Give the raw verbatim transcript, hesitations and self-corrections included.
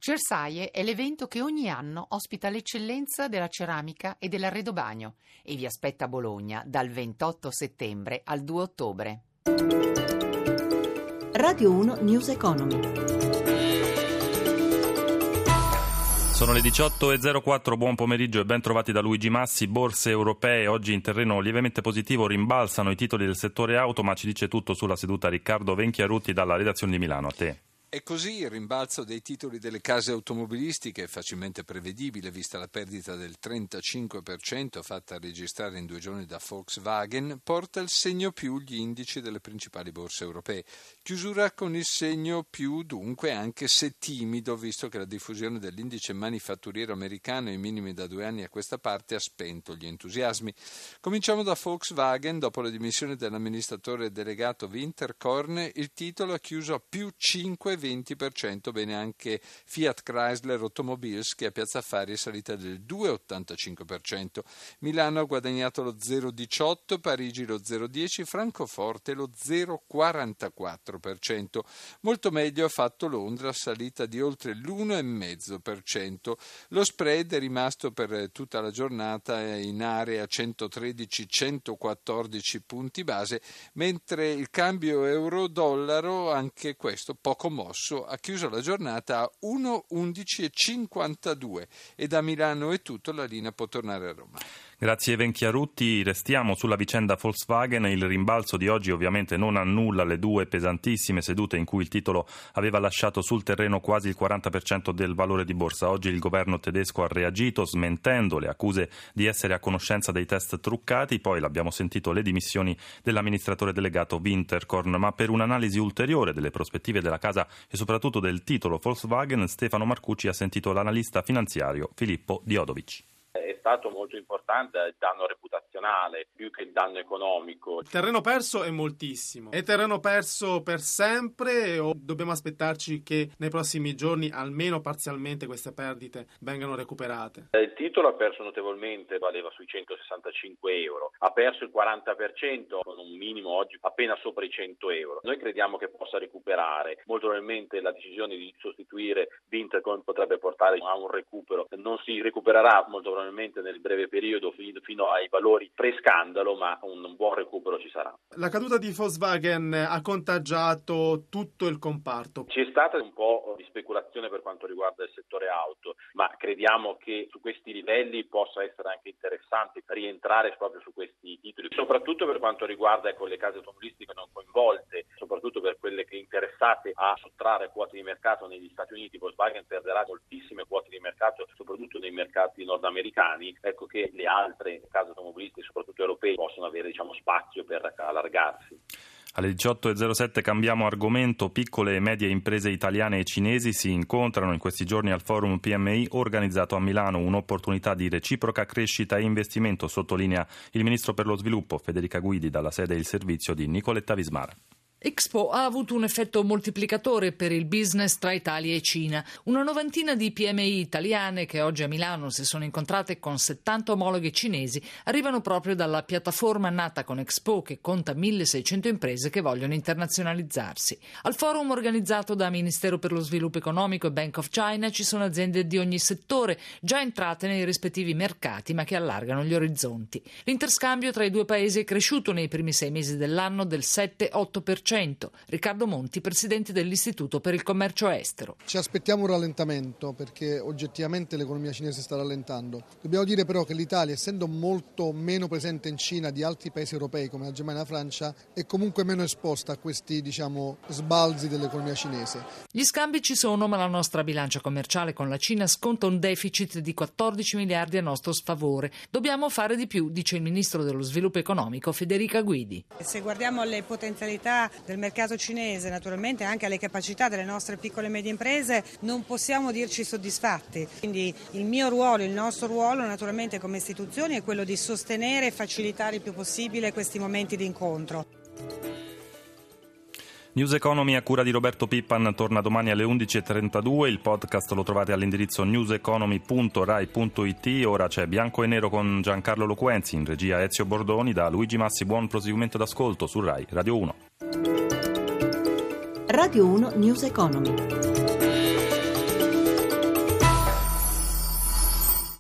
Cersaie è l'evento che ogni anno ospita l'eccellenza della ceramica e dell'arredobagno e vi aspetta a Bologna dal ventotto settembre al due ottobre. Radio uno News Economy. Sono le diciotto e zero quattro, buon pomeriggio e ben trovati da Luigi Massi. Borse europee oggi in terreno lievemente positivo, rimbalzano i titoli del settore auto, ma ci dice tutto sulla seduta Riccardo Venchiarutti dalla redazione di Milano. A te. È così, il rimbalzo dei titoli delle case automobilistiche è facilmente prevedibile vista la perdita del trentacinque per cento fatta registrare in due giorni da Volkswagen, porta il segno più gli indici delle principali borse europee. Chiusura con il segno più dunque, anche se timido, visto che la diffusione dell'indice manifatturiero americano ai minimi da due anni a questa parte ha spento gli entusiasmi. Cominciamo da Volkswagen. Dopo la dimissione dell'amministratore delegato Winterkorn, il titolo ha chiuso a più cinque virgola venti per cento, bene anche Fiat Chrysler Automobiles che a Piazza Affari è salita del due virgola ottantacinque per cento. Milano ha guadagnato lo zero virgola diciotto, Parigi lo zero virgola dieci, Francoforte lo zero virgola quarantaquattro per cento. Molto meglio ha fatto Londra, salita di oltre l'uno virgola cinque per cento. Lo spread è rimasto per tutta la giornata in area centotredici centoquattordici punti base, mentre il cambio euro-dollaro, anche questo poco mosso, ha chiuso la giornata a uno virgola undici cinquantadue e da Milano è tutto, la linea può tornare a Roma. Grazie Venchiarutti, restiamo sulla vicenda Volkswagen. Il rimbalzo di oggi ovviamente non annulla le due pesantissime sedute in cui il titolo aveva lasciato sul terreno quasi il quaranta per cento del valore di borsa. Oggi il governo tedesco ha reagito smentendo le accuse di essere a conoscenza dei test truccati, poi l'abbiamo sentito le dimissioni dell'amministratore delegato Winterkorn, ma per un'analisi ulteriore delle prospettive della casa e soprattutto del titolo Volkswagen, Stefano Marcucci ha sentito l'analista finanziario Filippo Diodovic. È stato molto importante il danno reputazionale più che il danno economico. Il terreno perso è moltissimo. È terreno perso per sempre o dobbiamo aspettarci che nei prossimi giorni almeno parzialmente queste perdite vengano recuperate? Il titolo ha perso notevolmente, valeva sui centosessantacinque euro, ha perso il quaranta per cento con un minimo oggi appena sopra i cento euro. Noi crediamo che possa recuperare. Molto probabilmente la decisione di sostituire Winterkorn potrebbe portare a un recupero. Non si recupererà molto probabilmente nel breve periodo fino ai valori pre-scandalo, ma un buon recupero ci sarà. La caduta di Volkswagen ha contagiato tutto il comparto. C'è stata un po' di speculazione per quanto riguarda il settore auto, ma crediamo che su questi livelli possa essere anche interessante rientrare proprio su questi titoli, soprattutto per quanto riguarda ecco, le case automobilistiche non coinvolte, soprattutto per quelle che interessate a sottrarre quote di mercato negli Stati Uniti. Volkswagen perderà moltissime quote di mercato, soprattutto nei mercati nordamericani. Ecco che le altre case automobilistiche, soprattutto europee, possono avere diciamo spazio per allargarsi. Alle diciotto e zero sette cambiamo argomento. Piccole e medie imprese italiane e cinesi si incontrano in questi giorni al Forum P M I organizzato a Milano, un'opportunità di reciproca crescita e investimento, sottolinea il ministro per lo sviluppo Federica Guidi dalla sede e il servizio di Nicoletta Vismara. Expo ha avuto un effetto moltiplicatore per il business tra Italia e Cina. Una novantina di P M I italiane che oggi a Milano si sono incontrate con settanta omologhe cinesi arrivano proprio dalla piattaforma nata con Expo, che conta milleseicento imprese che vogliono internazionalizzarsi. Al forum organizzato da Ministero per lo Sviluppo Economico e Bank of China ci sono aziende di ogni settore già entrate nei rispettivi mercati ma che allargano gli orizzonti. L'interscambio tra i due paesi è cresciuto nei primi sei mesi dell'anno del sette otto per cento. Riccardo Monti, presidente dell'Istituto per il Commercio Estero. Ci aspettiamo un rallentamento perché oggettivamente l'economia cinese sta rallentando. Dobbiamo dire però che l'Italia, essendo molto meno presente in Cina di altri paesi europei come la Germania e la Francia, è comunque meno esposta a questi diciamo sbalzi dell'economia cinese. Gli scambi ci sono, ma la nostra bilancia commerciale con la Cina sconta un deficit di quattordici miliardi a nostro sfavore. Dobbiamo fare di più, dice il ministro dello sviluppo economico Federica Guidi. Se guardiamo alle potenzialità del mercato cinese, naturalmente anche alle capacità delle nostre piccole e medie imprese, non possiamo dirci soddisfatti. Quindi il mio ruolo, il nostro ruolo naturalmente come istituzioni è quello di sostenere e facilitare il più possibile questi momenti di incontro. News Economy a cura di Roberto Pippan torna domani alle undici e trentadue, il podcast lo trovate all'indirizzo newseconomy punto rai punto it. Ora c'è Bianco e Nero con Giancarlo Loquenzi, in regia Ezio Bordoni, da Luigi Massi buon proseguimento d'ascolto su Rai Radio uno. Radio uno News Economy.